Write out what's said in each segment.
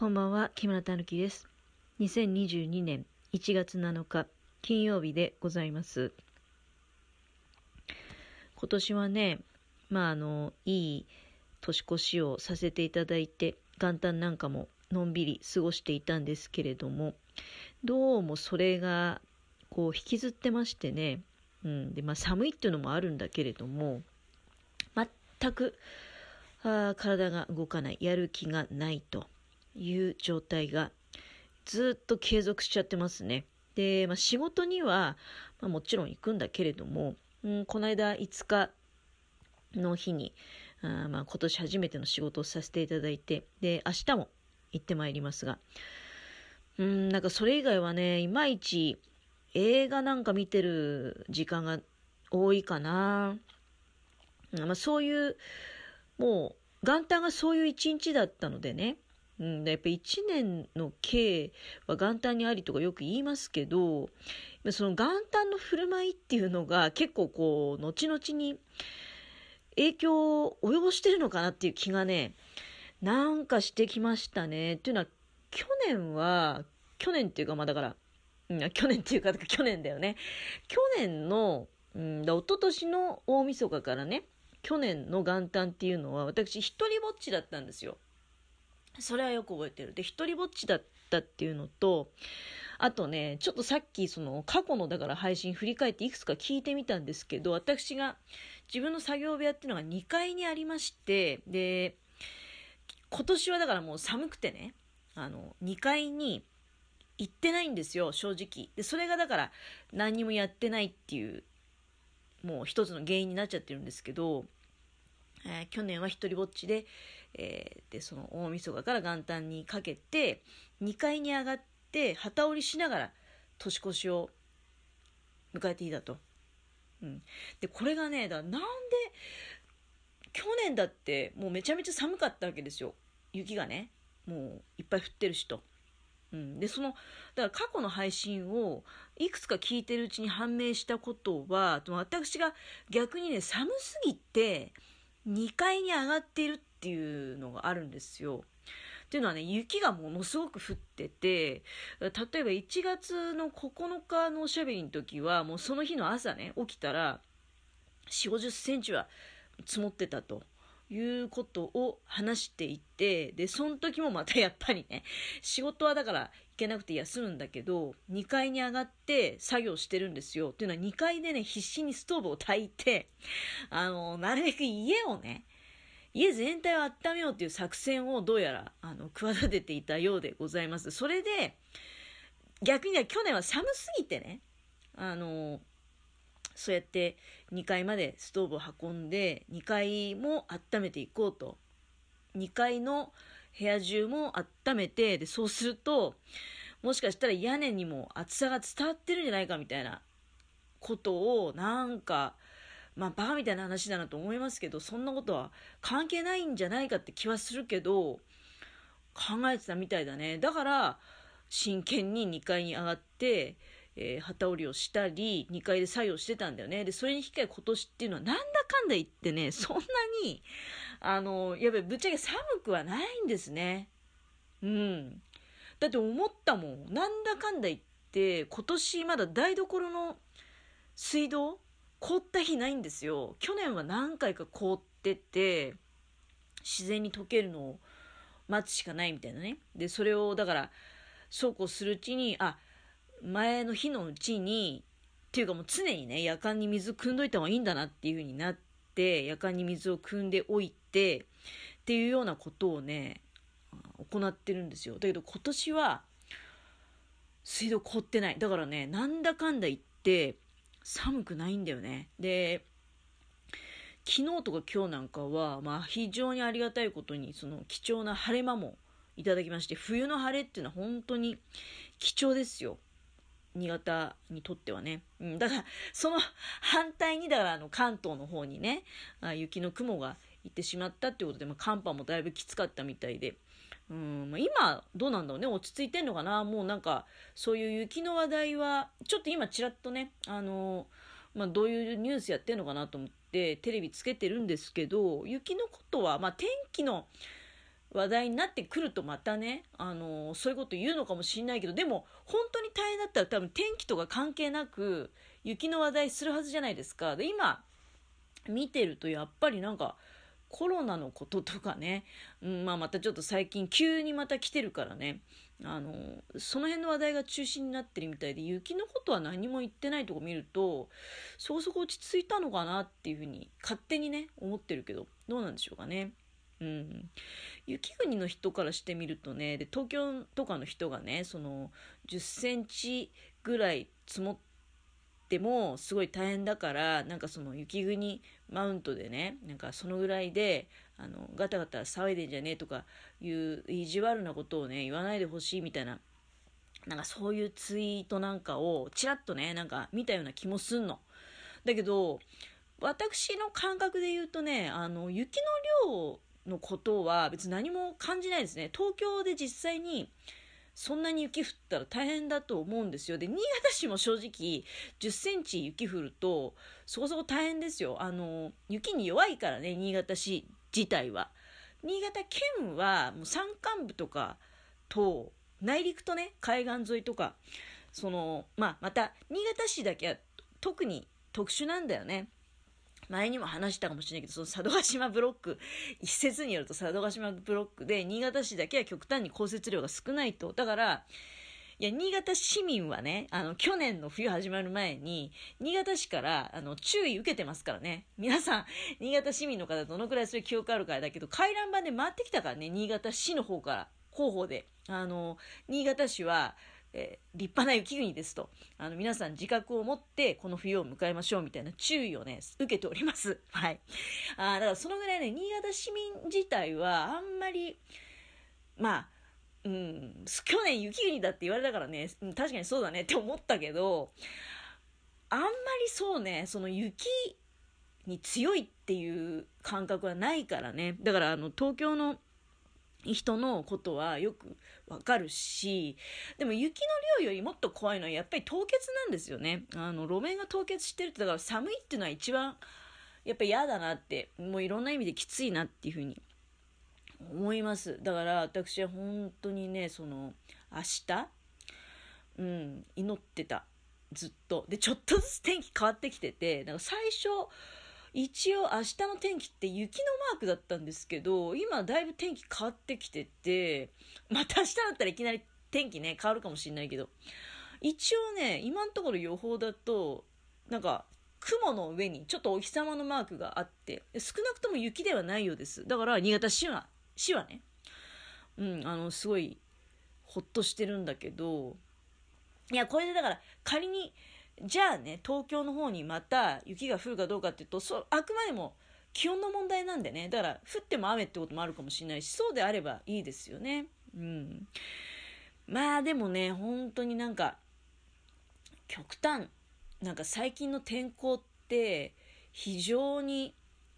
こんばんは、木村たぬきです。2022年1月7日、金曜日でございます。今年はね、いい年越しをさせていただいて、元旦なんかものんびり過ごしていたんですけれども、どうもそれが、引きずってましてね、で、寒いっていうのもあるんだけれども、全く、体が動かない、やる気がないという状態がずっと継続しちゃってますね。で、仕事には、もちろん行くんだけれども、この間5日の日に、今年初めての仕事をさせていただいて、で、明日も行ってまいりますが、なんかそれ以外はね、いまいち映画なんか見てる時間が多いかな。そういう、もう元旦がそういう一日だったのでね、やっぱ一年の計は元旦にありとかよく言いますけど、その元旦の振る舞いっていうのが結構後々に影響を及ぼしてるのかなっていう気がね、なんかしてきましたね。っていうのは、去年っていうかだから、去年っていうか去年だよね。去年の、一昨年の大晦日からね、去年の元旦っていうのは私一人ぼっちだったんですよ。それはよく覚えてる。で、一人ぼっちだったっていうのと、あとね、ちょっとさっきその過去のだから配信振り返っていくつか聞いてみたんですけど、私が自分の作業部屋っていうのが2階にありまして、で、今年はだからもう寒くてね、2階に行ってないんですよ、正直。で、それがだから何にもやってないっていう、もう一つの原因になっちゃってるんですけど、去年は一人ぼっちで、で、その大晦日から元旦にかけて、2階に上がって旗折りしながら年越しを迎えていたと。で、これがね、なんで、去年だってもうめちゃめちゃ寒かったわけですよ。雪がね、もういっぱい降ってるしと。で、だから過去の配信をいくつか聞いてるうちに判明したことは、私が逆にね、寒すぎて2階に上がっているっていうのがあるんですよ。っていうのはね、雪がものすごく降ってて、例えば1月の9日のおしゃべりの時は、もうその日の朝ね、起きたら、4、50センチは積もってたということを話していて、で、その時もまたやっぱりね、仕事はだから行けなくて休むんだけど、2階に上がって作業してるんですよ。っていうのは2階でね、必死にストーブを焚いて、なるべく家全体を温めようっていう作戦をどうやら企てていたようでございます。それで逆に去年は寒すぎてね、そうやって2階までストーブを運んで2階も温めていこうと、2階の部屋中も温めて、でそうするともしかしたら屋根にも厚さが伝わってるんじゃないかみたいなことをなんかバカみたいな話だなと思いますけど、そんなことは関係ないんじゃないかって気はするけど、考えてたみたいだね。だから真剣に2階に上がって、旗織りをしたり2階で作業してたんだよね。でそれに引き換え今年っていうのはなんだかんだ言ってね、そんなにやっぱりぶっちゃけ寒くはないんですね。だって思ったもん、なんだかんだ言って今年まだ台所の水道凍った日ないんですよ。去年は何回か凍ってて、自然に溶けるのを待つしかないみたいなね。で、それをだから、そうこうするうちに、前の日のうちに、っていうかもう常にね、夜間に水汲んどいた方がいいんだなっていう風になって、夜間に水を汲んでおいて、っていうようなことをね、行ってるんですよ。だけど今年は、水道凍ってない。だからね、なんだかんだ言って、寒くないんだよね。で、昨日とか今日なんかは、非常にありがたいことに、その貴重な晴れ間もいただきまして、冬の晴れっていうのは本当に貴重ですよ。新潟にとってはね。だから、その反対に、だから関東の方にね、雪の雲が行ってしまったっていうことで、寒波もだいぶきつかったみたいで、今どうなんだろうね、落ち着いてんのかな。もうなんかそういう雪の話題はちょっと今ちらっとね、どういうニュースやってんのかなと思ってテレビつけてるんですけど、雪のことは天気の話題になってくるとまたね、そういうこと言うのかもしれないけど、でも本当に大変だったら多分天気とか関係なく雪の話題するはずじゃないですか。で、今見てるとやっぱりなんかコロナのこととかね、またちょっと最近急にまた来てるからね、その辺の話題が中心になってるみたいで、雪のことは何も言ってないとこ見ると、そこそこ落ち着いたのかなっていうふうに勝手にね、思ってるけど、どうなんでしょうかね。雪国の人からしてみるとね、で東京とかの人がね、その10センチぐらい積もってもすごい大変だから、なんかその雪国マウントでね、なんかそのぐらいでガタガタ騒いでんじゃねえとかいう意地悪なことをね言わないでほしいみたいな、なんかそういうツイートなんかをちらっとねなんか見たような気もすんの。だけど私の感覚で言うとね、雪の量のことは別に何も感じないですね。東京で実際にそんなに雪降ったら大変だと思うんですよ。で、新潟市も正直10センチ雪降るとそこそこ大変ですよ。雪に弱いからね、新潟市自体は。新潟県はもう山間部とかと内陸とね、海岸沿いとか、また新潟市だけは特に特殊なんだよね。前にも話したかもしれないけど、その佐渡島ブロック、一説によると佐渡島ブロックで新潟市だけは極端に降雪量が少ないと。だからいや、新潟市民はね、去年の冬始まる前に新潟市から注意受けてますからね。皆さん新潟市民の方どのくらいそういう記憶あるかだけど、回覧板で回ってきたからね、新潟市の方から広報で新潟市は立派な雪国ですと、皆さん自覚を持ってこの冬を迎えましょうみたいな注意をね受けております。はい。だからそのぐらいね、新潟市民自体はあんまり去年雪国だって言われたからね、確かにそうだねって思ったけど、あんまりそうね、その雪に強いっていう感覚はないからね。だから東京の人のことはよくわかるし、でも雪の量よりもっと怖いのはやっぱり凍結なんですよね。路面が凍結してるって、だから寒いっていうのは一番やっぱ嫌だなって、もういろんな意味できついなっていうふうに思います。だから私は本当にね、明日祈ってた、ずっと。でちょっとずつ天気変わってきてて、なんか最初一応明日の天気って雪のマークだったんですけど、今だいぶ天気変わってきてて、また明日だったらいきなり天気ね変わるかもしれないけど、一応ね今のところ予報だとなんか雲の上にちょっとお日様のマークがあって、少なくとも雪ではないようです。だから新潟市はね、すごいほっとしてるんだけど、いやこれでだから仮にじゃあね、東京の方にまた雪が降るかどうかっていうと、あくまでも気温の問題なんでね、だから降っても雨ってこともあるかもしれないし、そうであればいいですよね。まあでもね、本当になんか極端、なんか最近の天候って非常に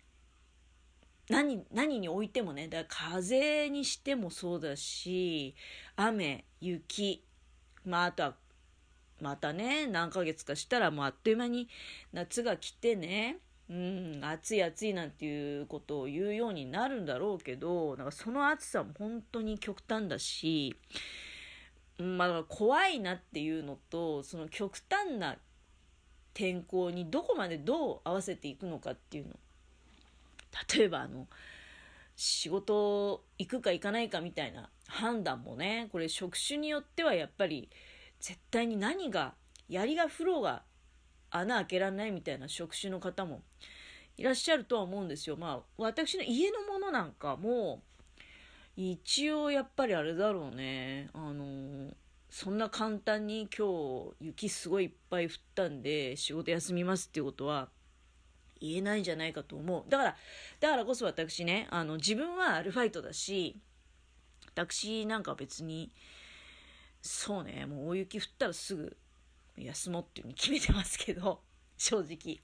何においてもね、だから風にしてもそうだし、雨、雪、あとはまたね何ヶ月かしたらもうあっという間に夏が来てね、暑い暑いなんていうことを言うようになるんだろうけど、なんかその暑さも本当に極端だし、だから怖いなっていうのと、その極端な天候にどこまでどう合わせていくのかっていうの、例えば仕事行くか行かないかみたいな判断もね、これ職種によってはやっぱり絶対に何が槍が降ろうが穴開けられないみたいな職種の方もいらっしゃるとは思うんですよ。私の家のものなんかも一応やっぱりあれだろうね、そんな簡単に今日雪すごいいっぱい降ったんで仕事休みますっていうことは言えないんじゃないかと思う。だからこそ私ね、自分はアルファイトだし、私なんか別にそうね、もう大雪降ったらすぐ休もうっていう風に決めてますけど、正直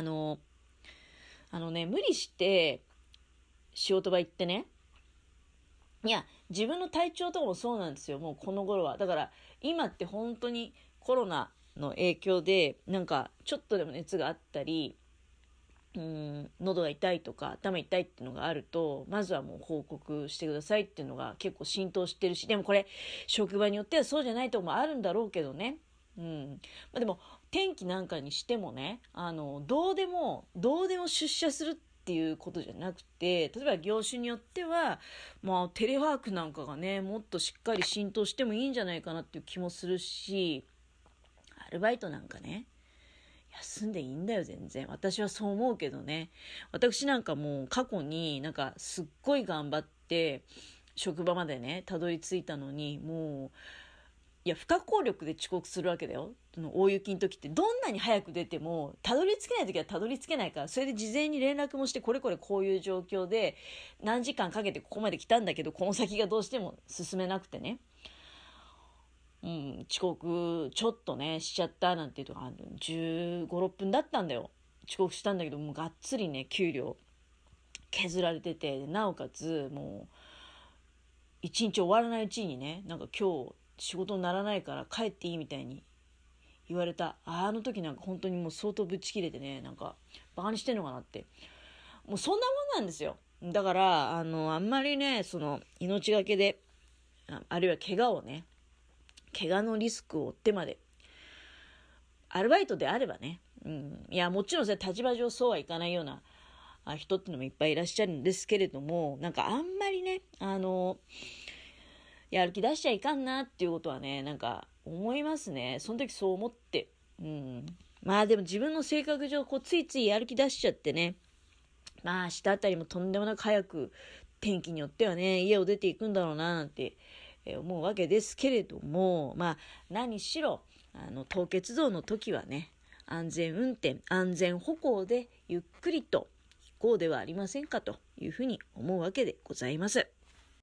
無理して仕事場行ってね、いや自分の体調とかもそうなんですよ。もうこの頃はだから今って本当にコロナの影響でなんかちょっとでも熱があったり喉が痛いとか頭痛いっていうのがあると、まずはもう報告してくださいっていうのが結構浸透してるし、でもこれ職場によってはそうじゃないとこもあるんだろうけどね。でも天気なんかにしてもね、どうでも出社するっていうことじゃなくて、例えば業種によっては、テレワークなんかがね、もっとしっかり浸透してもいいんじゃないかなっていう気もするし、アルバイトなんかね、休んでいいんだよ、全然。私はそう思うけどね。私なんかもう過去になんかすっごい頑張って職場までね、たどり着いたのに、もう、いや、不可抗力で遅刻するわけだよ。大雪の時ってどんなに早く出てもたどり着けない時はたどり着けないから、それで事前に連絡もして、これこういう状況で何時間かけてここまで来たんだけど、この先がどうしても進めなくてね、遅刻ちょっとねしちゃったなんていうとか、15、6分だったんだよ。遅刻したんだけど、もうがっつりね給料削られてて、なおかつもう一日終わらないうちにね、なんか今日仕事にならないから帰っていいみたいに言われた。あの時なんか本当にもう相当ぶち切れてね、なんかバカにしてんのかなって、もうそんなもんなんですよ。だからあんまりね、その命がけで、あるいは怪我のリスクを負ってまでアルバイトであればね、いやもちろんそれ立場上そうはいかないような人っていうのもいっぱいいらっしゃるんですけれども、なんかあんまりね、やる気出しちゃいかんなっていうことはね、なんか思いますね。その時そう思って、でも自分の性格上ついついやる気出しちゃってね、明日あたりもとんでもなく早く天気によってはね家を出ていくんだろうななんて思うわけですけれども、何しろ凍結道の時はね、安全運転安全歩行でゆっくりと行こうではありませんかというふうに思うわけでございます。